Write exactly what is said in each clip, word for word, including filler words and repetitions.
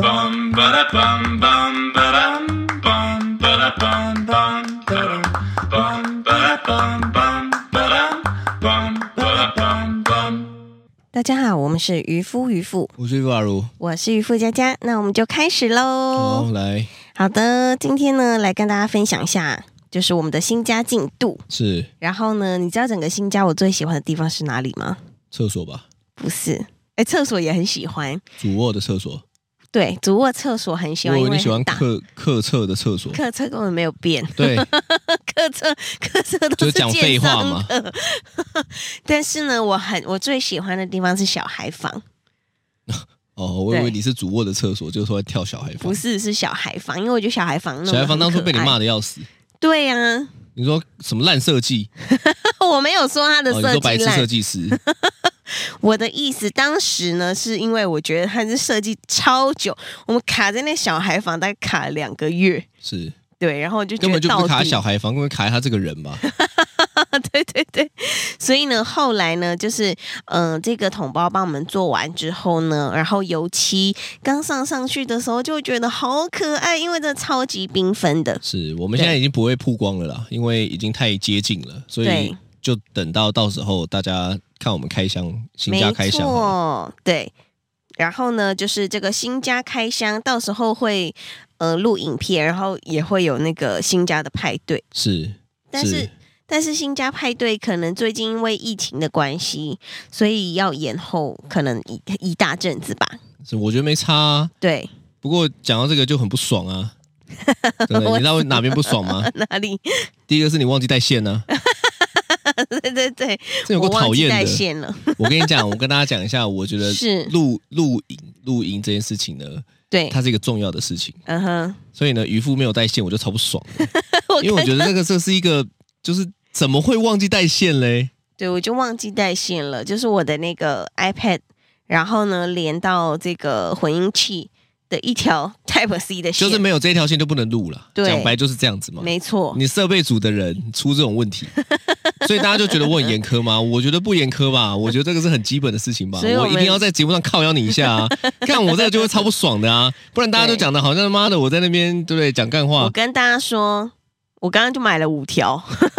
bum ba da bum bum ba dum bum ba da bum bum bum ba da bum bum ba dum bum ba da bum bum。 大家好，我们是渔夫渔妇， 我是渔夫阿如， 我是渔夫佳佳，那我们就开始喽。 好，来， 好的，今天呢，来跟大家分享一下，就是我们的新家进度。 是， 然后呢，你知道整个新家我最喜欢的地方是哪里吗？ 厕所吧？ 不是，哎，厕所也很喜欢。 主卧的厕所。 对，主卧厕所很喜欢， 我以为你喜欢因为很大客客厕的厕所。 客厕根本没有变。 对， 客厕客厕都就是是讲废话嘛。 但是呢，我很我最喜欢的地方是小孩房。 哦，我以为你是主卧的厕所，就是说跳小孩房。 不是，是小孩房，因为我觉得小孩房那小孩房当初被你骂的。 的要死。 对呀、啊， 你说什么烂设计？ 我没有说他的哦， 设计你说白痴烂。 设计师。 我的意思，当时呢，是因为我觉得他是设计超久，我们卡在那小孩房大概卡了两个月。 是。 对，然后我就觉根得本就不是卡在到底小孩房，根本卡在他这个人吧。 对对对，所以呢，后来呢，就是嗯、呃，这个桶包帮我们做完之后呢，然后油漆刚上上去的时候，就觉得好可爱，因为这超级缤纷的。 是我们现在已经不会曝光了啦，因为已经太接近了，所以对就等到到时候大家看我们开箱新家开箱好了。 没错，对。然后呢，就是这个新家开箱，到时候会呃录影片，然后也会有那个新家的派对。 是， 但是但是新家派对可能最近因为疫情的关系，所以要延后，可能一一大阵子吧。 是，我觉得没差啊。 对， 不过讲到这个就很不爽啊，对不对？你知道哪边不爽吗？ 哪里？ 第一个是你忘记带线呢、啊。 对对对， 这有个讨厌的。 我忘记带线了。 我跟你讲，我跟大家讲一下，我觉得是录录影录音这件事情呢， 对， 它是一个重要的事情。 嗯哼， 所以呢，渔夫没有带线，我就超不爽的，因为我觉得这个这是一个，就是怎么会忘记带线嘞？ 对，我就忘记带线了，就是我的那个 iPad， 然后呢连到这个混音器的一条 Type C 的线， 就是没有这条线就不能录了。 对， 讲白就是这样子嘛。 没错， 你设备组的人出这种问题，所以大家就觉得我很严苛吗？我觉得不严苛吧，我觉得这个是很基本的事情吧。 所以我们我一定要在节目上靠邀你一下啊！看我这个就会超不爽的啊，不然大家都讲的好像妈的我在那边对不对讲干话。 我跟大家说，我刚刚就买了五条。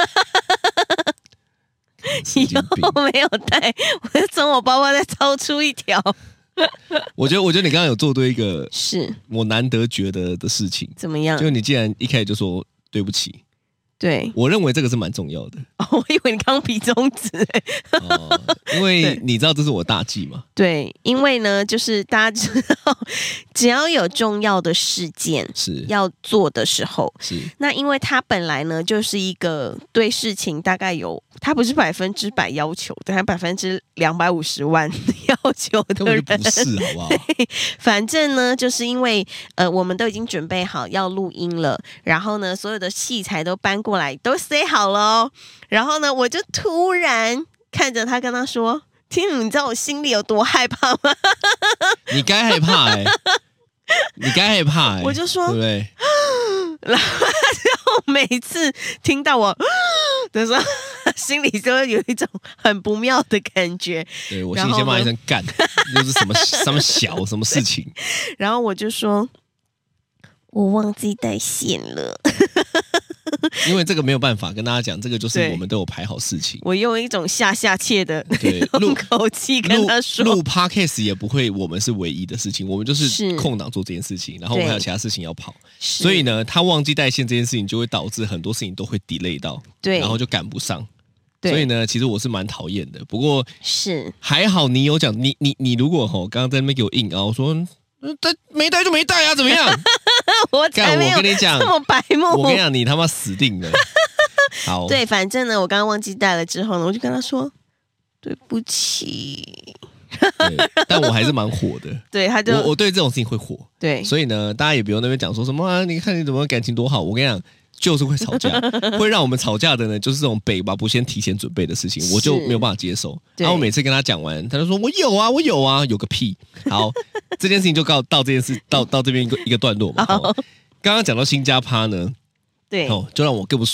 以后没有带，我就从我包包再掏出一条。 我觉得，我觉得你刚刚有做对一个是我难得觉得的事情。 怎么样？ 就你既然一开始就说对不起， 对， 我认为这个是蛮重要的。 哦，我以为你刚刚比中指、欸哦，因为你知道这是我大忌嘛。 对，因为呢，就是大家知道，只要有重要的事件是要做的时候， 是那因为他本来呢就是一个对事情大概有，他不是百分之百要求的，他百分之两百五十万要求的人， 根本就不是，好不好？ 反正呢，就是因为呃，我们都已经准备好要录音了，然后呢，所有的器材都搬过来，都塞好了哦。然后呢，我就突然看着他，跟他说：“天，你知道我心里有多害怕吗？” 你该害怕哎、欸，你该害怕哎、欸， 我就说， 对不对？ 然后每次听到我的时候，心里就会有一种很不妙的感觉。 对，我心里先骂一声干，又是什么什么小什么事情？ 然后我就说，我忘记带线了。 因为这个没有办法跟大家讲，这个就是我们都有排好事情。 我用一种下下切的录口气跟他说， 录 podcast 也不会，我们是唯一的事情，我们就是空档做这件事情，然后我们还有其他事情要跑，所以呢，他忘记带线这件事情，就会导致很多事情都会 delay 到，对，然后就赶不上。所以呢，其实我是蛮讨厌的，不过是还好你有讲，你你你如果吼刚刚在那边给我硬凹说。带没带就没带啊，怎么样？ 我才没有我跟你讲这么白目。 我跟你讲，你他妈死定了。好， 对，反正呢，我刚刚忘记带了之后呢，我就跟他说对不起。 对，但我还是蛮火的。 对，他就我我对这种事情会火。 对， 所以呢，大家也不用那边讲说什么啊，你看你怎么感情多好。我跟你讲。就是会吵架，会让我们吵架的呢，就是这种北吧不先提前准备的事情，我就没有办法接受。然后我每次跟他讲完，他就说我有啊，我有啊，有个屁。好，这件事情就告到这件事到到这边一个一个段落嘛。哦、刚刚讲到新家趴呢， 对， 哦，就让我更不爽。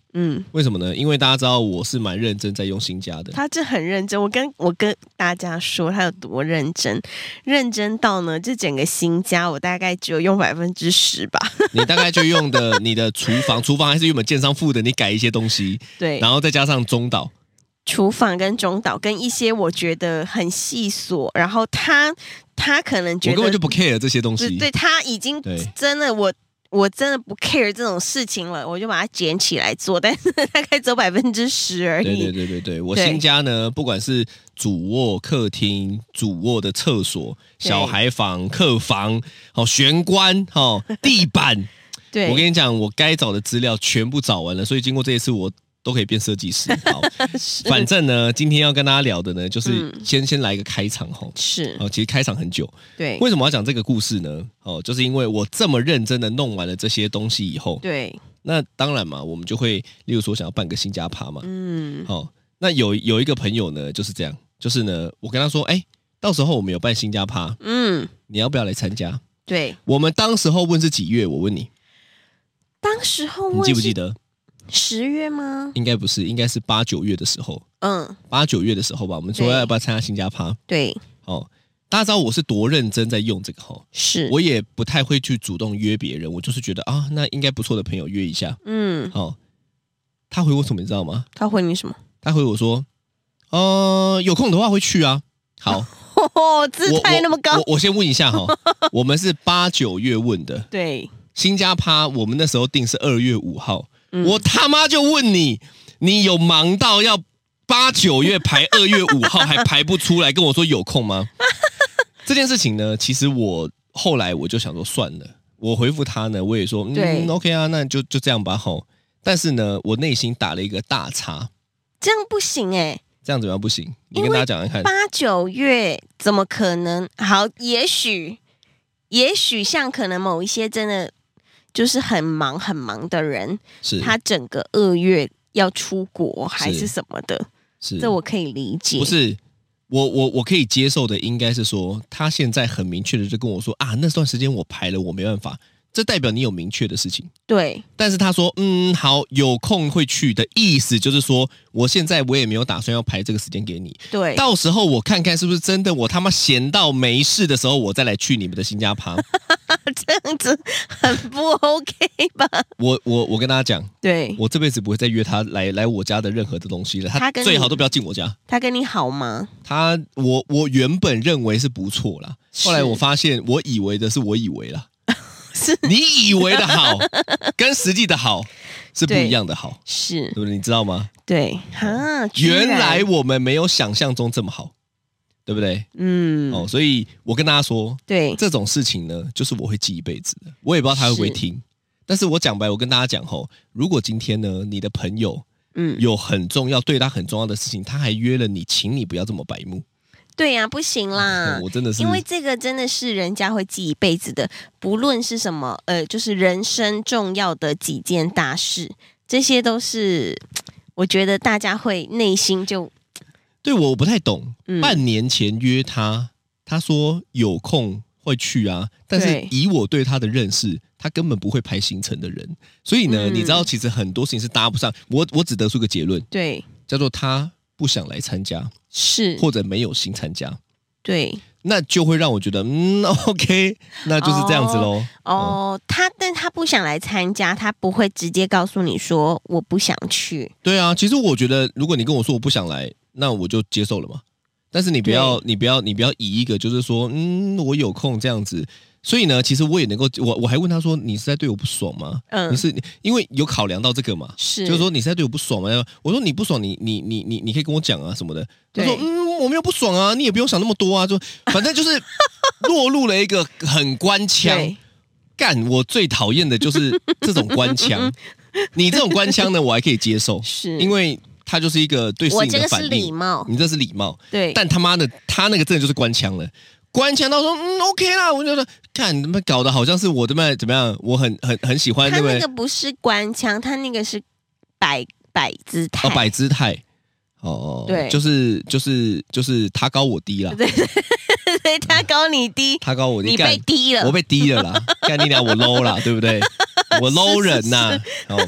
嗯， 为什么呢？因为大家知道我是蛮认真在用新家的。 他这很认真，我跟我跟大家说他有多认真，认真到呢，这整个新家我大概只有用百分之十吧。 你大概就用的你的厨房，厨房还是原本建商付的，你改一些东西， 对， 然后再加上中岛。 厨房跟中岛跟一些我觉得很细琐，然后他他可能觉得我根本就不 care 这些东西， 对，他已经对真的我。我真的不 care 这种事情了，我就把它捡起来做，但是大概只有百分之十而已。 对对对对对，我新家呢，不管是主卧、客厅、主卧的厕所、小孩房、客房、好、哦、玄关、哦、地板， 对， 我跟你讲，我该找的资料全部找完了，所以经过这一次我。都可以变设计师。好，反正呢，今天要跟大家聊的呢，就是先、嗯、先来一个开场哈。 是哦，其实开场很久。 对， 为什么要讲这个故事呢？哦，就是因为我这么认真的弄完了这些东西以后， 对， 那当然嘛，我们就会，例如说想要办个新家趴嘛。 嗯， 好、哦，那有有一个朋友呢，就是这样，就是呢，我跟他说，哎，到时候我们有办新家趴，嗯，你要不要来参加？ 对， 我们当时候问是几月？我问你， 当时候问你记不记得？ 十月吗？ 应该不是，应该是八九月的时候。嗯，八九月的时候吧，我们说要不要参加新家趴？ 对， 哦，大家知道我是多认真在用这个哈， 是我也不太会去主动约别人，我就是觉得啊，那应该不错的朋友约一下。嗯，好、哦，他回我什么你知道吗？ 他回你什么？ 他回我说，呃，有空的话会去啊。好， 哦，姿态那么高， 我 我, 我, 我先问一下哈，我们是八九月问的， 对， 新家趴我们那时候定是二月五号。嗯、我他妈就问你，你有忙到要八九月排二月五号还排不出来，跟我说有空吗？这件事情呢，其实我后来我就想说算了，我回复他呢，我也说嗯 OK 啊，那就就这样吧吼。但是呢，我内心打了一个大叉， 这样不行哎、欸， 这样怎么样不行？你跟大家讲讲看， 八九月怎么可能？好，也许也许像可能某一些真的。就是很忙很忙的人， 是他整个二月要出国还是什么的， 是这我可以理解。 不是我我我可以接受的，应该是说他现在很明确的就跟我说啊，那段时间我排了，我没办法。这代表你有明确的事情， 对。 但是他说，嗯，好，有空会去的意思就是说，我现在我也没有打算要排这个时间给你， 对。 到时候我看看是不是真的，我他妈闲到没事的时候，我再来去你们的新家趴。 这样子很不 OK 吧？ 我我我跟大家讲， 对， 我这辈子不会再约他来来我家的任何的东西了。他最好都不要进我家。 他跟你好吗？ 他我我原本认为是不错啦，后来我发现，我以为的是我以为啦。是你以为的好，跟实际的好是不一样的好， 是对不对？你知道吗？ 对，哈， 原来我们没有想象中这么好，对不对？嗯，哦，所以我跟大家说， 对这种事情呢，就是我会记一辈子的。我也不知道他会不会听，但是我讲白，我跟大家讲吼，如果今天呢，你的朋友嗯有很重要、对他很重要的事情，他还约了你，请你不要这么白目。 对呀、啊，不行啦、 嗯！我真的是， 因为这个真的是人家会记一辈子的，不论是什么，呃，就是人生重要的几件大事，这些都是我觉得大家会内心就对我不太懂。 嗯、 半年前约他，他说有空会去啊，但是以我对他的认识，他根本不会排行程的人，所以呢，嗯、你知道，其实很多事情是搭不上。我我只得出个结论， 对， 叫做他不想来参加。 是， 或者没有心参加， 对， 那就会让我觉得，嗯 ，OK， 那就是这样子咯。 哦，哦他但他不想来参加，他不会直接告诉你说我不想去。 对啊，其实我觉得，如果你跟我说我不想来，那我就接受了嘛。但是你不要，你不要，你不要以一个就是说，嗯，我有空这样子。所以呢，其实我也能够，我我还问他说：“你是在对我不爽吗？”嗯，你是因为有考量到这个嘛？ 是， 就是说你是在对我不爽吗？我说你不爽，你你你你你可以跟我讲啊什么的。他说：“嗯，我没有不爽啊，你也不用想那么多啊。”就反正就是落入了一个很官腔。干，我最讨厌的就是这种官腔。你这种官腔呢，我还可以接受， 是因为他就是一个对事情的反应。 我这个是礼貌， 你这是礼貌。 对， 但他妈的，他那个真的就是官腔了。官腔到说嗯 OK 啦，我就说看你们搞得好像是我这么怎么样，我很很很喜欢那个。他那个不是官腔，他那个是摆摆姿态。 哦，摆姿态。哦， 对， 就是就是就是他高我低啦。 对对对，他高你低， 他高我低， 你被低了， 我被低了啦，干你俩我 low 啦，对不对？我 low 人呐、啊。哦，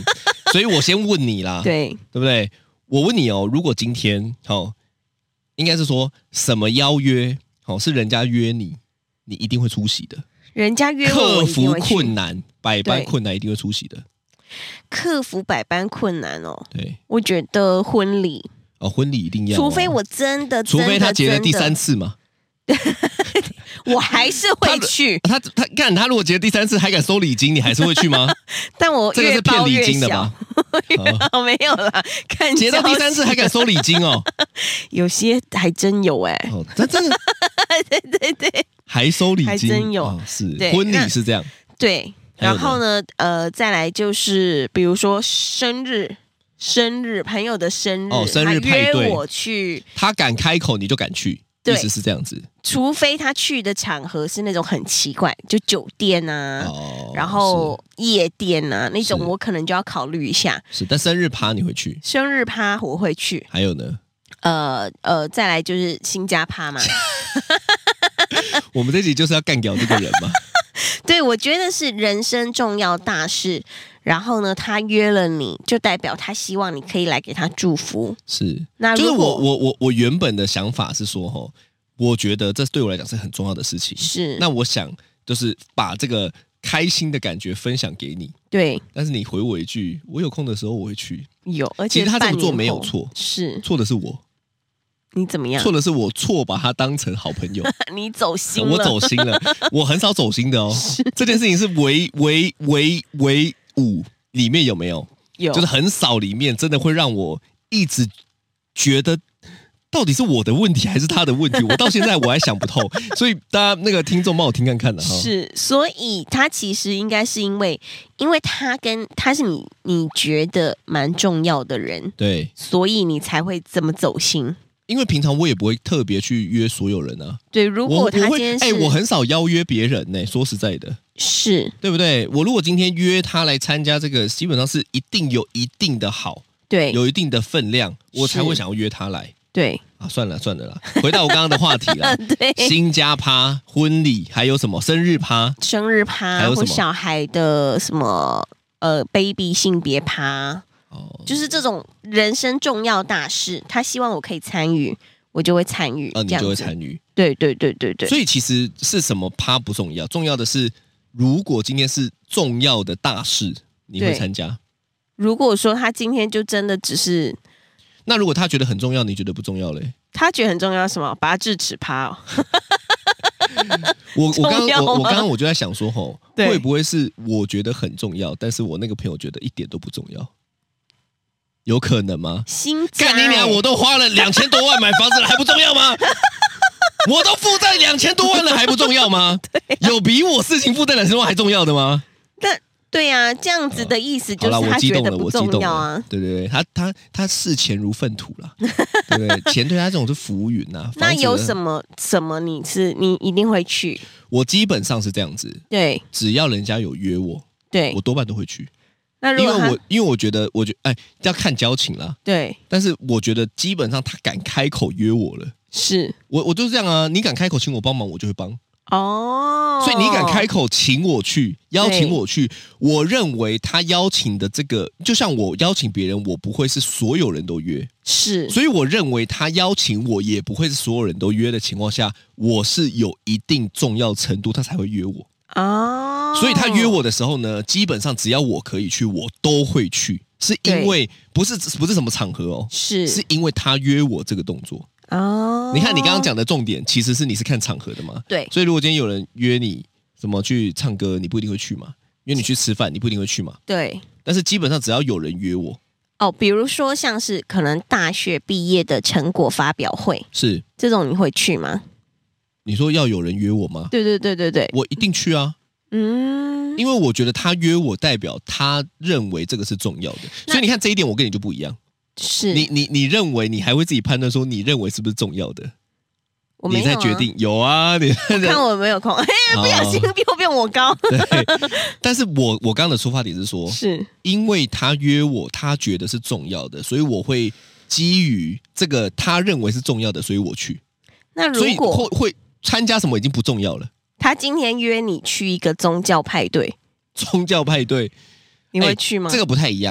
所以我先问你啦， 对对不对？我问你哦，如果今天哦，应该是说什么邀约哦，是人家约你，你一定会出席的。 人家约我， 克我一定服会去困难，百般对困难一定会出席的。 克服百般困难哦。 对， 我觉得婚礼， 哦，婚礼一定要、啊， 除非我真的， 除非他结了第三真的， 次嘛， 我还是会去。 他他干他如果结了第三次还敢收礼金，你还是会去吗？ 但我这个是骗礼金的吧？ 哦，没有啦，看结到第三次还敢收礼金哦？ 有些还真有哎、欸， 哦，真真的， 对对对还收礼金， 还真有哦、是对婚礼是这样， 对。 还有呢然后呢，呃，再来就是比如说生日，生日朋友的生日， 哦生日派对他约我去， 他敢开口你就敢去， 对意思是这样子。 除非他去的场合是那种很奇怪，就酒店啊， 哦， 然后夜店啊那种， 是我可能就要考虑一下。 是，但生日趴你会去？ 生日趴我会去， 还有呢？ 呃呃，再来就是新家趴嘛。 我们这集就是要干掉这个人嘛。 对，我觉得是人生重要大事。然后呢，他约了你，就代表他希望你可以来给他祝福。 是，就是那如果我我我我原本的想法是说，吼，我觉得这对我来讲是很重要的事情。 是， 那我想就是把这个开心的感觉分享给你。 对， 但是你回我一句，我有空的时候我会去。 有，而且其实他这么做半年后没有错， 是错的是我， 你怎么样？ 错的是我错把他当成好朋友。 你走心了， 我走心了，我很少走心的哦。这件事情是唯唯唯唯五里面有没有？ 有， 就是很少里面真的会让我一直觉得到底是我的问题还是他的问题，我到现在我还想不透。所以大家那个听众帮我听看看的哈。 是，所以他其实应该是因为，因为他跟他是你你觉得蛮重要的人， 对， 所以你才会这么走心。 因为平常我也不会特别去约所有人啊。 对，如我我会果他今天是， 哎、我很少邀约别人呢、说实在的， 是对不对？我如果今天约他来参加这个，基本上是一定有一定的好， 对有一定的分量，我才是会想要约他来对啊。算了算了啦，回到我刚刚的话题啦。 对， 新家趴、婚礼，还有什么生日趴？ 生日趴或还有什么小孩的什么呃 baby 性别趴， 哦， 就是这种人生重要大事，他希望我可以参与，我就会参与， 啊，你就会这样子。 参与。 对对对对对， 所以其实是什么趴不重要，重要的是，如果今天是重要的大事，你会对参加。 如果说他今天就真的只是那如果他觉得很重要，你觉得不重要嘞？ 他觉得很重要什么，拔智齿趴哦， 我我刚重要吗我我刚刚我就在想说，吼， 对会不会是我觉得很重要，但是我那个朋友觉得一点都不重要？有可能吗？ 新家干你娘！ 欸我都花了两千多万买房子了，还不重要吗？我都负债两千多万了，还不重要吗？有比我事情负债两千多万还重要的吗？ 但对呀、啊，这样子的意思就好啦， 是他我激动了， 觉得不我激动重要啊了。。对对对，他他他视钱如粪土啦，对不对？钱对他这种是浮云呐。 那有什么？ 么什么你是你一定会去？ 我基本上是这样子， 对只要人家有约我， 对我，多半都会去， 那如果他因为我因为我觉得，我觉哎要看交情啦。 对但是我觉得基本上他敢开口约我了， 是我我就是这样啊。你敢开口请我帮忙，我就会帮。 哦， 所以你敢开口请我去，邀请我去，我认为他邀请的这个，就像我邀请别人，我不会是所有人都约， 是所以我认为他邀请我也不会是所有人都约的情况下，我是有一定重要程度，他才会约我。 哦， 所以他约我的时候呢，基本上只要我可以去，我都会去，是因为不是不是什么场合哦， 是是因为他约我这个动作。 哦， 你看你刚刚讲的重点，其实是你是看场合的嘛？ 对所以如果今天有人约你什么去唱歌，你不一定会去嘛？约你去吃饭，你不一定会去嘛？ 对但是基本上只要有人约我， 哦，比如说像是可能大学毕业的成果发表会是这种，你会去吗？ 你说要有人约我吗？ 对对对对对， 我一定去啊， 嗯， 因为我觉得他约我，代表他认为这个是重要的。 那所以你看这一点，我跟你就不一样。 是你你你认为你还会自己判断说，你认为是不是重要的？ 我没有、啊、 你再决定。有啊，你看我有没有空，嘿，不小心比我变我高， 对。但是我我刚刚的出发点是说， 是因为他约我，他觉得是重要的，所以我会基于这个他认为是重要的，所以我去。 那所以会如果会参加什么已经不重要了。 他今天约你去一个宗教派对， 宗教派对， 你会去吗？ 这个不太一样，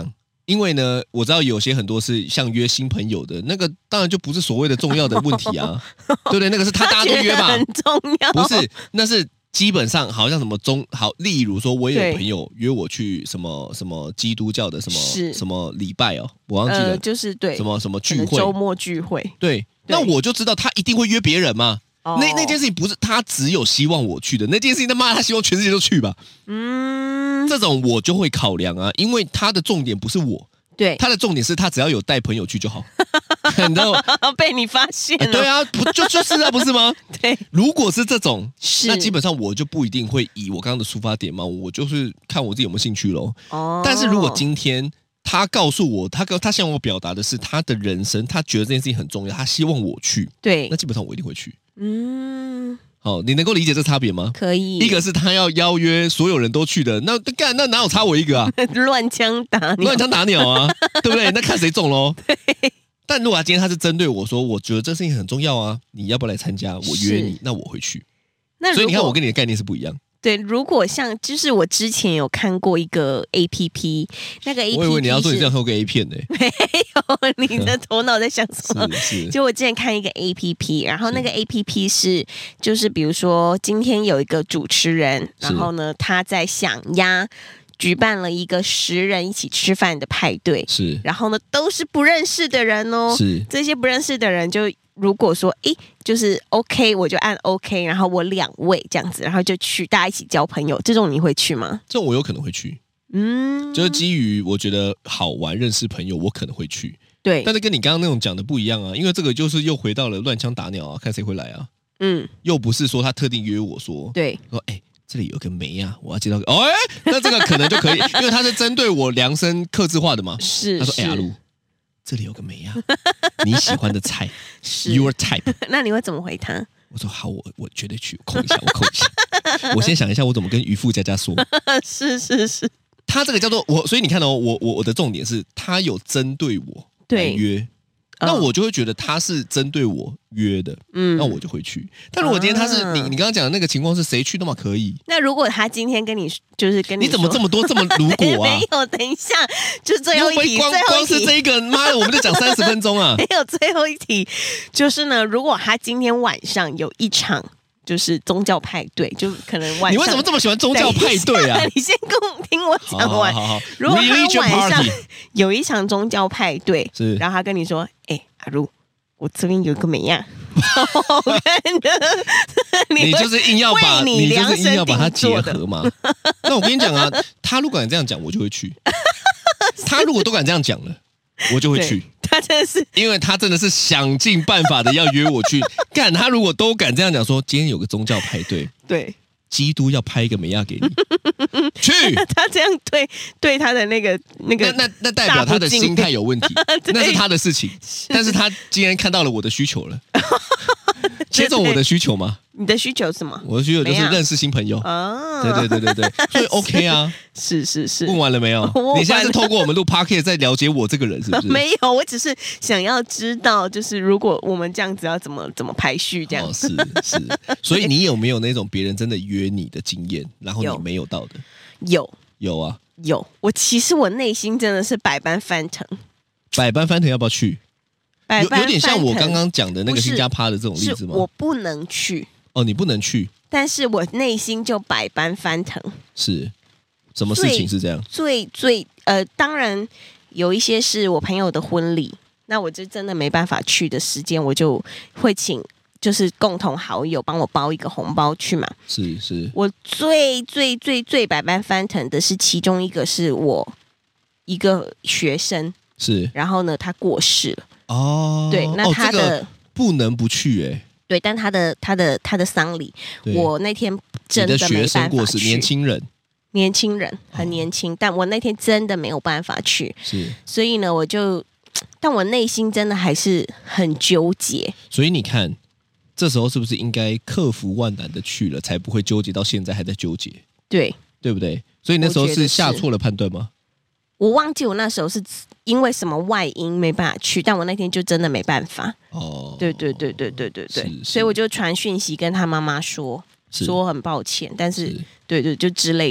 因为呢，我知道有些很多是像约新朋友的那个，当然就不是所谓的重要的问题啊，对不对？那个是他大家都约嘛， 很重要。 不是，那是基本上好像什么中好，例如说，我也有朋友约我去什么什么基督教的什么什么礼拜哦，我忘记了， 呃、就是对什么什么聚会， 周末聚会， 对，那我就知道他一定会约别人嘛。哦、那那件事情不是他只有希望我去的，那件事情他妈他希望全世界都去吧。嗯，这种我就会考量啊，因为他的重点不是我， 对， 他的重点是他只要有带朋友去就好。你知道吗？ 被你发现了、 欸，对啊，不就就是啊，不是吗？ 对， 如果是这种， 是那基本上我就不一定会以我刚刚的出发点嘛，我就是看我自己有没有兴趣咯。哦，但是如果今天他告诉我，他他向我表达的是他的人生，他觉得这件事情很重要，他希望我去， 对， 那基本上我一定会去。 嗯， 好，你能够理解这差别吗？ 可以。 一个是他要邀约所有人都去的，那干那哪有差我一个啊？ 乱枪打鸟， 乱枪打鸟啊，对不对？那看谁中咯。对。但如果他今天他是针对我说，我觉得这事情很重要啊，你要不要来参加？我约你，那我会去。那所以你看，我跟你的概念是不一样。 对，如果像就是我之前有看过一个 A P P， 那个 A P P， 我以为你要说你这样喝个 A 片呢、 欸，没有，你的头脑在想什么？ 是是。 就我之前看一个 A P P， 然后那个 A P P 是就是比如说今天有一个主持人，然后呢他在想呀。举办了一个十人一起吃饭的派对， 是， 然后呢都是不认识的人哦， 是， 这些不认识的人就如果说诶就是 OK 我就按 OK， 然后我两位这样子，然后就去大家一起交朋友，这种你会去吗？ 这种我有可能会去，嗯，就是基于我觉得好玩认识朋友，我可能会去， 对， 但是跟你刚刚那种讲的不一样啊，因为这个就是又回到了乱枪打鸟啊，看谁会来啊，嗯，又不是说他特定约我说， 对， 说哎。这里有个梅啊，我要接到哦，哎，那这个可能就可以，因为他是针对我量身客制化的嘛。 是， 他说：“哎，阿路，这里有个梅啊，你喜欢的菜是 ，your type。” 那你会怎么回他？ 我说：“好，我我绝对去，我扣一下，我扣一下。我先想一下，我怎么跟渔夫佳佳说。 是是是， 他这个叫做我，所以你看哦，我我我的重点是他有针对我来约。”那我就会觉得他是针对我约的，嗯，那我就会去。但如果今天他是、啊、你你刚刚讲的那个情况是谁去都嘛可以。 那如果他今天跟你就是跟你， 你怎么这么多这么如果啊？ 没有，等一下，就最后一题， 光光是这一个，妈的，我们就讲三十分钟啊！ 没有最后一题，就是呢，如果他今天晚上有一场。就是宗教派对，就可能晚上。 你为什么这么喜欢宗教派对啊？ 你先跟我听我讲完。 好好好， 如果他晚上有一场宗教派对，是，然后他跟你说：“哎、欸，阿如，我这边有个美亚，好看的。” 你就是硬要把你就是硬要把它结合嘛。那我跟你讲啊，他如果敢这样讲，我就会去。他如果都敢这样讲了。我就会去， 他真的是，因为他真的是想尽办法的要约我去干。他如果都敢这样讲说，今天有个宗教派对， 对， 基督要拍一个美亚给你去， 他这样对对他的那个那个那，那那代表他的心态有问题，那是他的事情。但是他今天看到了我的需求了，切中我的需求吗？ 你的需求是什么？ 我的需求就是认识新朋友啊！对对对对对，所以 OK 啊， 是是是。 问完了没有？你现在是透过我们录 Podcast 在了解我这个人是不是？ 没有，我只是想要知道，就是如果我们这样子要怎么怎么排序这样。 哦，是是。所以你有没有那种别人真的约你的经验，然后你没有到的？ 有有啊有。我其实我内心真的是百般翻腾。 百般翻腾要不要去？ 百般有有点像我刚刚讲的那个新加坡的这种例子吗？ 我不能去。 哦，你不能去， 但是我内心就百般翻腾。 是，什么事情是这样？ 最最呃，当然有一些是我朋友的婚礼，那我就真的没办法去的时间，我就会请就是共同好友帮我包一个红包去嘛。 是是， 我最最最最百般翻腾的是其中一个是我一个学生， 是， 然后呢他过世了。 哦， 对，那他的、 哦这个、不能不去哎、欸。 对，但他的他的他的丧礼，我那天真的没办法去。 年轻人， 年轻人很年轻、哦，但我那天真的没有办法去。 是， 所以呢，我就，但我内心真的还是很纠结。 所以你看，这时候是不是应该克服万难的去了，才不会纠结到现在还在纠结？ 对， 对不对？所以那时候是下错了判断吗？ 我忘记我那时候是因为什么外因没办法去，但我那天就真的没办法。哦，对对对对对对对，所以我就传讯息跟他妈妈说，说很抱歉，但是对对就之类的。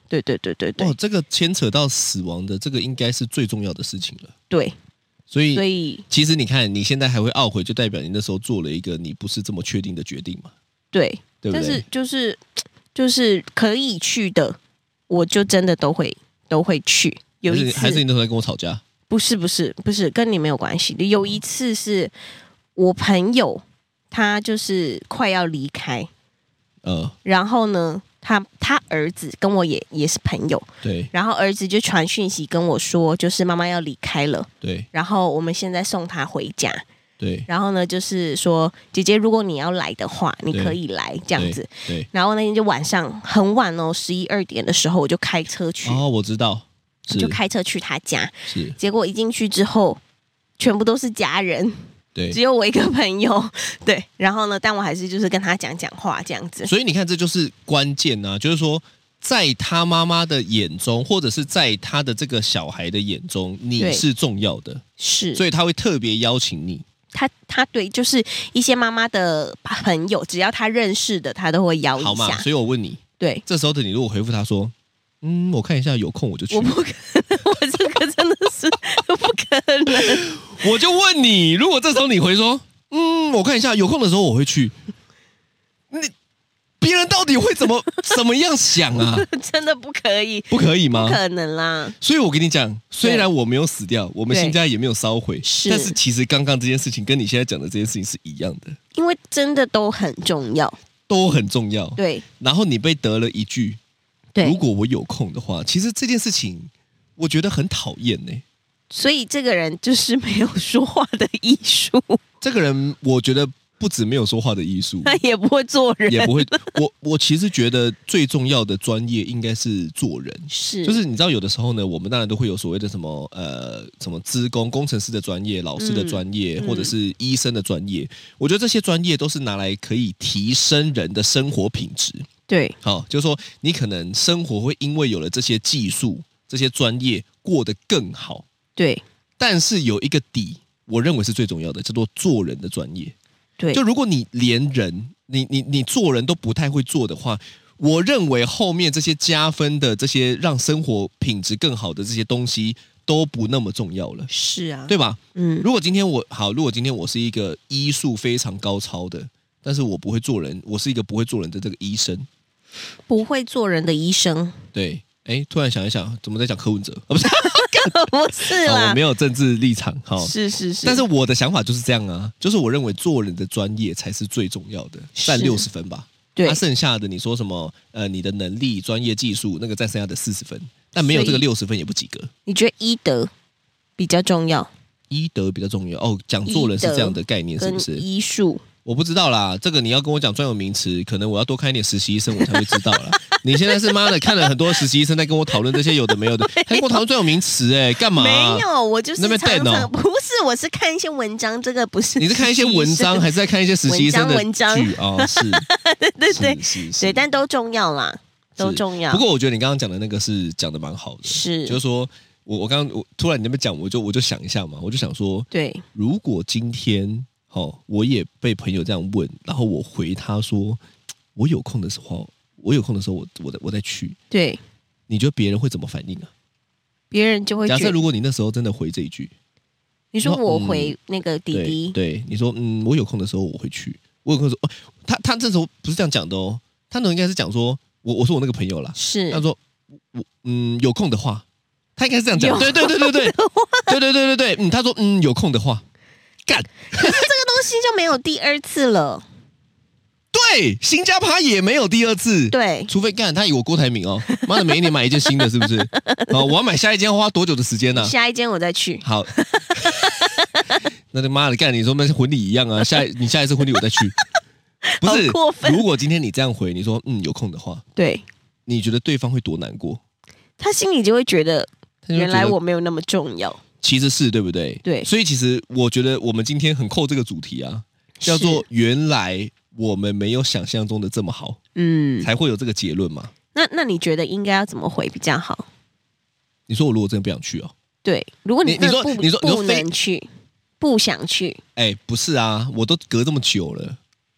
对对对对对。 哦，这个牵扯到死亡的，这个应该是最重要的事情了。 对， 所以所以其实你看，你现在还会懊悔，就代表你那时候做了一个你不是这么确定的决定嘛？ 对， 对不对？ 但是就是就是可以去的，我就真的都会都会去。有一次还是还是你那时候在跟我吵架？ 不是不是不是，跟你没有关系的。有一次是我朋友，他就是快要离开， 呃， 然后呢，他他儿子跟我也也是朋友， 对然后儿子就传讯息跟我说，就是妈妈要离开了， 对然后我们现在送他回家。 对然后呢，就是说姐姐，如果你要来的话，你可以来这样子。 对。对然后那天就晚上很晚哦，十一二点的时候，我就开车去， 哦，我知道，是就开车去他家。 是， 结果一进去之后，全部都是家人， 对只。有我一个朋友。对，然后呢，但我还是就是跟他讲讲话这样子。 所以你看，这就是关键啊，就是说，在他妈妈的眼中，或者是在他的这个小孩的眼中，你对是重要的， 是， 所以他会特别邀请你。 他他对就是一些妈妈的朋友，只要他认识的，他都会邀一好嘛？ 下。 所以我问你， 对， 这时候的你如果回复他说，嗯，我看一下，有空我就去。 我不可能，我这个真的是不可能。 我就问你，如果这时候你回说，嗯，我看一下，有空的时候我会去。你别人到底会怎么怎么样想啊？ 真的不可以， 不可以吗？ 不可能啦。 所以我跟你讲，虽然我没有死掉，我们新家也没有烧毁， 是但是其实刚刚这件事情跟你现在讲的这件事情是一样的， 因为真的都很重要。 都很重要。 对然后你被得了一句， 对， 如果我有空的话，其实这件事情我觉得很讨厌呢。 所以这个人就是没有说话的艺术， 这个人我觉得不止没有说话的艺术， 他也不会做人， 也不会。我我其实觉得最重要的专业应该是做人， 是就是你知道有的时候呢，我们当然都会有所谓的什么呃什么资工、工程师的专业、老师的专业， 嗯、 或者是医生的专业。我觉得这些专业都是拿来可以提升人的生活品质。 对， 好，就是说你可能生活会因为有了这些技术、这些专业过得更好。 对， 但是有一个底，我认为是最重要的，叫做做人的专业。 对， 就如果你连人，你你你做人都不太会做的话，我认为后面这些加分的、这些让生活品质更好的这些东西都不那么重要了， 是啊， 对吧？ 嗯， 如果今天我好，如果今天我是一个医术非常高超的，但是我不会做人，我是一个不会做人的这个医生， 不会做人的医生， 对。哎，突然想一想，怎么在讲柯文哲？啊，不是， 不是啦， 我没有政治立场，哈， 是是是。 但是我的想法就是这样啊，就是我认为做人的专业才是最重要的，占六十分吧。 对， 他剩下的你说什么？呃，你的能力、专业技术，那个占剩下的四十分，但没有这个六十分也不及格。 你觉得医德比较重要？ 医德比较重要哦，讲做人是这样的概念，是不是？ 医术。 我不知道啦，这个你要跟我讲专有名词，可能我要多看一点实习医生，我才会知道啦。你现在是妈的看了很多实习医生在跟我讨论这些有的没有的，还跟我讨论专有名词，哎，干嘛、啊？ 没有，我就是那边常常、 哦、 不是，我是看一些文章，这个不是。 你是看一些文章，还是在看一些实习医生的文章？ 剧哦，是， 对对对， 是是是对，但都重要啦，都重要。 不过我觉得你刚刚讲的那个是讲的蛮好的， 是， 就是说我我刚刚我突然你那边讲，我就我就想一下嘛，我就想说， 对， 如果今天。哦，我也被朋友这样问，然后我回他说，我有空的时候，我有空的时候我，我我我再去。 对， 你觉得别人会怎么反应啊？ 别人就会假设如果你那时候真的回这一句， 你说我回那个弟弟， 嗯、对, 对，你说嗯，我有空的时候我会去，我有空的时候，哦、他他这时候不是这样讲的哦，他那应该是讲说，我我说我那个朋友啦， 是他说我嗯有空的话，他应该是这样讲，对对对对对，对对对对对，嗯，他说嗯有空的话。干， 可是这个东西就没有第二次了。 对，新加坡也没有第二次。 对， 除非干他以我郭台铭哦，妈的，每一年买一件新的，是不是？哦，我要买下一间要花多久的时间呢、啊？ 下一间我再去。 好，那他妈的干，你说那是婚礼一样啊？下你下一次婚礼我再去，不是？ 过分。 如果今天你这样回，你说嗯有空的话， 对， 你觉得对方会多难过？ 他心里就会觉得， 觉得原来我没有那么重要。 其实是对不对？ 对， 所以其实我觉得我们今天很扣这个主题啊，叫做原来我们没有想象中的这么好，嗯，才会有这个结论嘛。 那那你觉得应该要怎么回比较好？ 你说我如果真的不想去哦， 对，如果你你说你说不能去，不想去， 哎，不是啊，我都隔这么久了，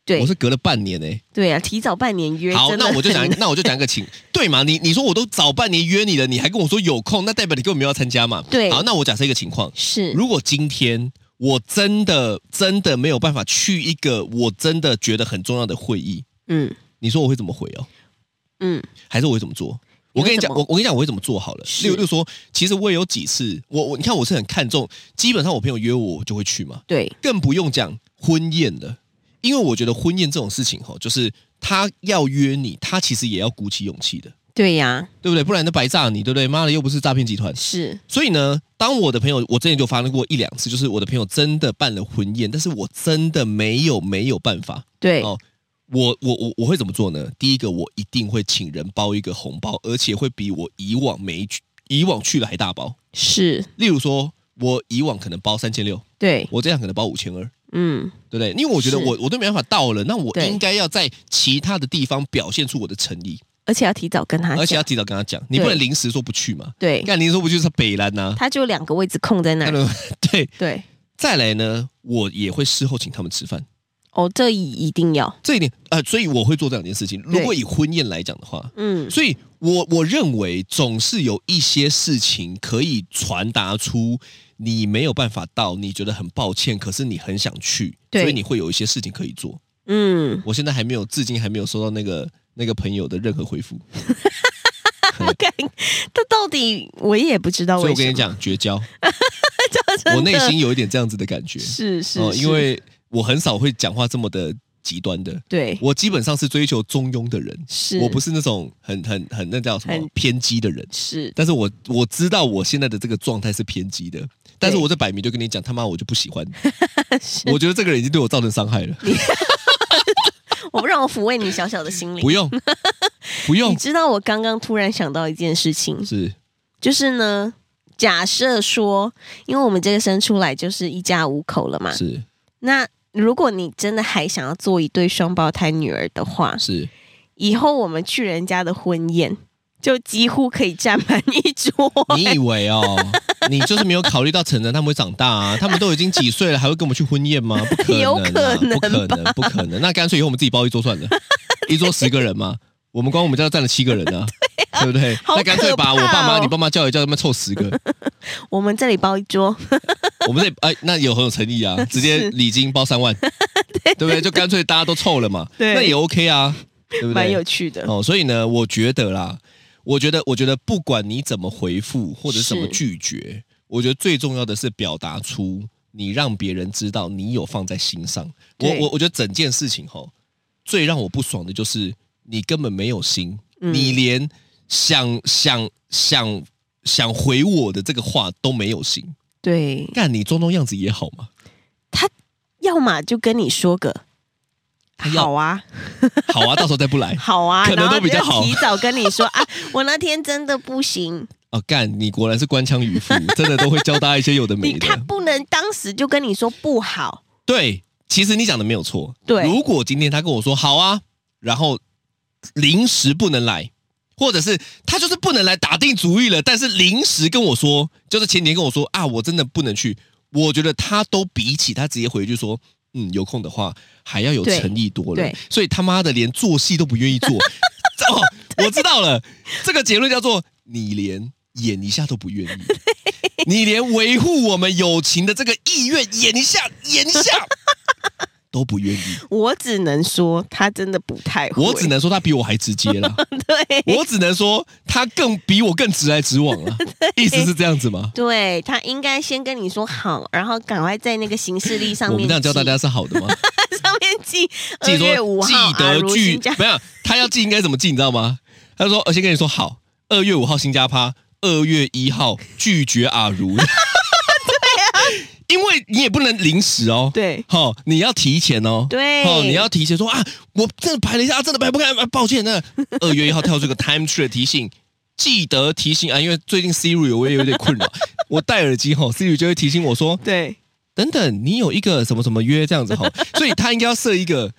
对， 我是隔了半年哎。 对啊，提早半年约。 好，那我就讲，那我就讲一个情，对嘛？你你说我都早半年约你了，你还跟我说有空，那代表你根本没有要参加嘛？ 对。 好，那我假设一个情况是， 如果今天我真的真的没有办法去一个我真的觉得很重要的会议，嗯，你说我会怎么回哦？嗯，还是我会怎么做？我跟你讲，我我跟你讲，我会怎么做好了。例如，例如说，其实我也有几次，我我你看我是很看重，基本上我朋友约我，我就会去嘛。 对， 更不用讲婚宴了，因为我觉得婚宴这种事情哈，就是他要约你，他其实也要鼓起勇气的。 对呀， 对不对？不然就白炸你，对不对？妈的，又不是诈骗集团。 是， 所以呢，当我的朋友，我之前就发生过一两次，就是我的朋友真的办了婚宴，但是我真的没有没有办法。 对哦。我我我我会怎么做呢？第一个，我一定会请人包一个红包，而且会比我以往每去以往去的还大包。 是， 例如说，我以往可能包三千六， 对， 我这样可能包五千二， 嗯， 对不对？因为我觉得我我都没办法到了，那我应该要在其他的地方表现出我的诚意， 而且要提早跟他讲， 而且要提早跟他讲，你不能临时说不去嘛。 对， 干临时说不去是北兰呐、啊， 他就两个位置空在那儿。 对对， 再来呢，我也会事后请他们吃饭。 哦，这一定要这一点呃，所以我会做这两件事情。如果以婚宴来讲的话，嗯，所以我我认为总是有一些事情可以传达出你没有办法到，你觉得很抱歉，可是你很想去，所以你会有一些事情可以做。嗯，我现在还没有，至今还没有收到那个那个朋友的任何回复。 我看他到底我也不知道为什么， 所以我跟你讲，绝交。我内心有一点这样子的感觉， 是是、 呃，因为我很少会讲话这么的极端的。 对， 我基本上是追求中庸的人， 是我不是那种很很很那叫什么偏激的人。 是， 但是我我知道我现在的这个状态是偏激的，但是我这摆明就跟你讲，他妈我就不喜欢。我觉得这个人已经对我造成伤害了。 我不让我抚慰你小小的心灵， 不用，不用。 你知道我刚刚突然想到一件事情， 是， 就是呢，假设说，因为我们这个生出来就是一家五口了嘛， 是。 那如果你真的还想要做一对双胞胎女儿的话， 是， 以后我们去人家的婚宴，就几乎可以占满一桌。 你以为哦？你就是没有考虑到成人他们会长大啊？他们都已经几岁了，还会跟我们去婚宴吗？不可能、啊， 有可能， 不可能，不可能。那干脆以后我们自己包一桌算了，一桌十个人嘛，我们光我们家占了七个人啊，对, 啊对不对？ 哦、 那干脆把我爸妈、你爸妈叫一叫，他们凑十个。 我们这里包一桌， 我们这里哎，那有很有诚意啊，直接礼金包三万，对, 对不对？就干脆大家都凑了嘛，那也 OK 啊，对不对？ 蛮有趣的哦。所以呢，我觉得啦。我觉得，我觉得不管你怎么回复或者怎么拒绝，我觉得最重要的是表达出你让别人知道你有放在心上。我我我觉得整件事情吼，最让我不爽的就是你根本没有心，嗯、你连想想想想回我的这个话都没有心。 对， 干你装装样子也好嘛。 他要么就跟你说个。好啊， 好啊，到时候再不来。 好啊， 可能都比较好。 提早跟你说啊，我那天真的不行。 哦，干，你果然是官腔渔夫，真的都会教大家一些有的没的。 他不能当时就跟你说不好。 对，其实你讲的没有错。 对， 如果今天他跟我说好啊，然后临时不能来，或者是他就是不能来，打定主意了，但是临时跟我说，就是前天跟我说啊，我真的不能去。我觉得他都比起他直接回去说。嗯，有空的话还要有诚意多了，所以他妈的连做戏都不愿意做。哦，我知道了，这个结论叫做你连演一下都不愿意，你连维护我们友情的这个意愿演一下演一下都不愿意。 我只能说他真的不太会， 我只能说他比我还直接了。 对， 我只能说他更比我更直来直往了。意思是这样子吗？ 对，他应该先跟你说好，然后赶快在那个行事历上面。 我们这样教大家是好的吗？ 上面记二月五号， 记得聚没有？他要记应该怎么记？你知道吗？他说：“我先跟你说好，二月五号新加趴，二月一号拒绝阿如。”因为你也不能临时哦， 对， 好、哦，你要提前哦， 对， 哦，你要提前说啊，我真的排了一下，啊、真的排不开，啊、抱歉，那二月一号跳出个 time tree 的提醒，记得提醒啊，因为最近 Siri 我也有点困扰，我戴耳机哈、哦、，Siri 就会提醒我说， 对， 等等，你有一个什么什么约这样子哈、哦，所以他应该要设一个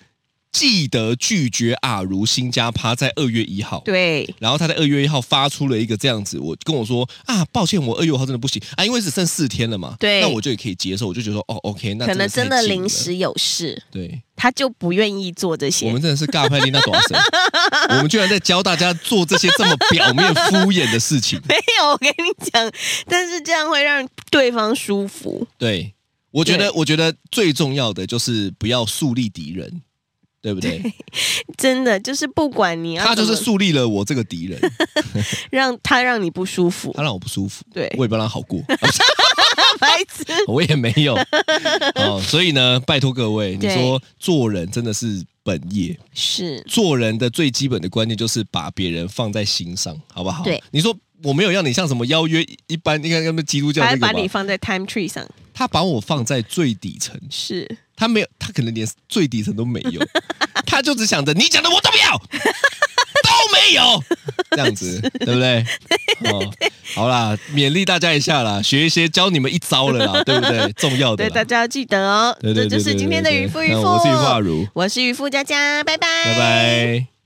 记得拒绝阿如新加趴在二月一号。 对， 然后他在二月一号发出了一个这样子，我跟我说啊，抱歉，我二月一号真的不行啊，因为只剩四天了嘛。 对， 那我就也可以接受，我就觉得说哦 ，OK， 那可能真的临时时有事， 对， 他就不愿意做这些。 我们真的是尬派丽娜短神，我们居然在教大家做这些这么表面敷衍的事情。 没有，我跟你讲，但是这样会让对方舒服。 对，我觉得，我觉得最重要的就是不要树立敌人。对不对？对， 真的就是不管你要， 他就是树立了我这个敌人， 让他让你不舒服， 他让我不舒服， 对我也不让他好过， 白痴， 我也没有。哦，所以呢，拜托各位，你说做人真的是本业， 是做人的最基本的观念就是把别人放在心上，好不好？ 对， 你说我没有让你像什么邀约一般，应该跟基督教那个吧， 他把你放在 time tree 上， 他把我放在最底层， 是。 他没有，他可能连最底层都没有，他就只想着你讲的我都不要，都没有，这样子，对不对？哦，好啦，勉励大家一下啦，学一些教你们一招了啦，对不对？重要的， 对，大家要记得哦。 对对对对对对， 这就是今天的渔夫渔夫， 我是渔夫阿如， 我是渔夫佳佳，拜拜， 拜拜。